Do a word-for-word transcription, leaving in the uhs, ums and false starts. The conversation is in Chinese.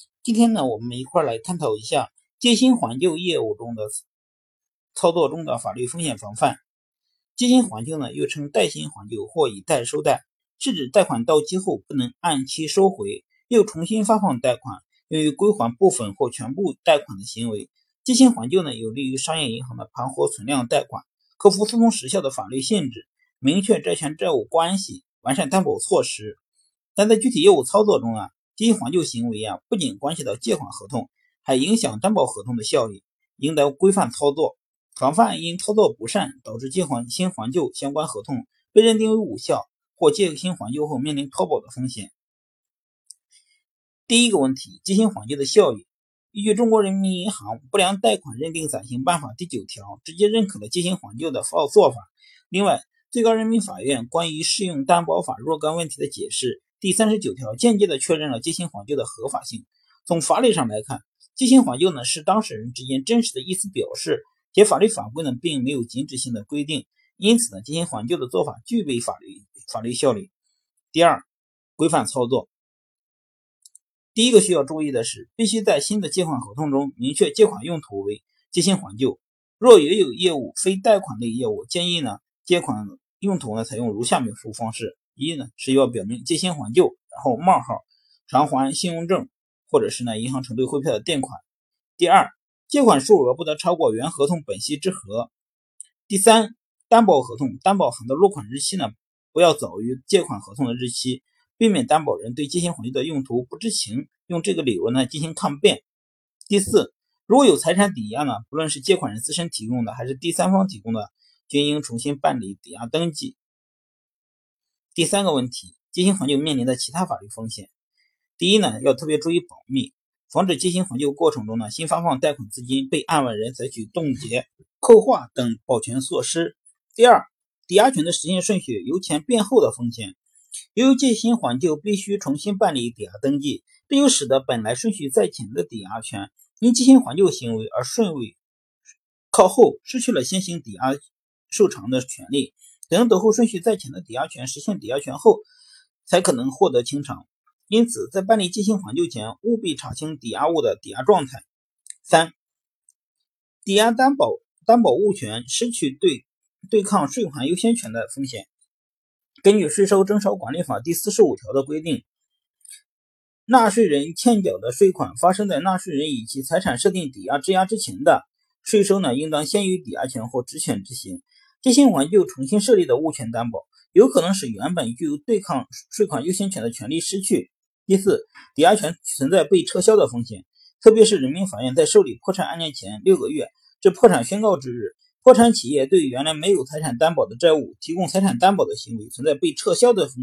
今天呢，我们一块来探讨一下接薪还旧业务中的操作中的法律风险防范。接薪还旧呢，又称代薪还旧或以贷收贷，是指贷款到期后不能按期收回，又重新发放贷款，用于归还部分或全部贷款的行为。接薪还旧呢，有利于商业银行的盘活存量贷款，克服诉讼时效的法律性质，明确债权债务关系，完善担保措施。但在具体业务操作中啊，接薪还旧行为啊，不仅关系到借款合同，还影响担保合同的效力，应当规范操作，防范因操作不善导致接薪还旧相关合同被认定为无效或接薪还旧后面临脱保的风险。第一个问题，接薪还旧的效力。依据中国人民银行不良贷款认定暂行办法第九条，直接认可了接薪还旧的做法。另外，最高人民法院关于适用担保法若干问题的解释第三十九条间接地确认了接薪还旧的合法性。从法理上来看，接薪还旧呢是当事人之间真实的意思表示，且法律法规呢并没有禁止性的规定，因此呢接薪还旧的做法具备法律法律效力。第二，规范操作。第一个需要注意的是，必须在新的借款合同中明确借款用途为接薪还旧。若也有业务非贷款类业务，建议呢借款用途呢采用如下描述方式：一呢是要表明接薪还旧，然后冒号偿还信用证或者是呢银行承兑汇票的垫款。第二，借款数额不得超过原合同本息之和。第三，担保合同担保函的落款日期呢不要早于借款合同的日期，避免担保人对接薪还旧的用途不知情，用这个理由呢进行抗辩。第四，如果有财产抵押呢，不论是借款人自身提供的还是第三方提供的，均应重新办理抵押登记。第三个问题，接薪还旧面临的其他法律风险。第一呢，要特别注意保密，防止接薪还旧过程中呢新发放贷款资金被案外人采取冻结、扣划等保全措施。第二，抵押权的实现顺序由前变后的风险。由于接薪还旧必须重新办理抵押登记，这就使得本来顺序在前的抵押权因接薪还旧行为而顺位靠后，失去了先行抵押受偿的权利。等等候顺序在前的抵押权实现抵押权后，才可能获得清偿。因此，在办理接薪还旧前，务必查清抵押物的抵押状态。三、抵押担保担保物权失去对对抗税款优先权的风险。根据税收征收管理法第四十五条的规定，纳税人欠缴的税款发生在纳税人以其财产设定抵押质押之前的，税收呢应当先于抵押权或职权执行。接薪还旧重新设立的物权担保，有可能使原本具有对抗税款优先权的权利失去。第四，抵押权存在被撤销的风险，特别是人民法院在受理破产案件前六个月至破产宣告之日，破产企业对原来没有财产担保的债务提供财产担保的行为存在被撤销的风险。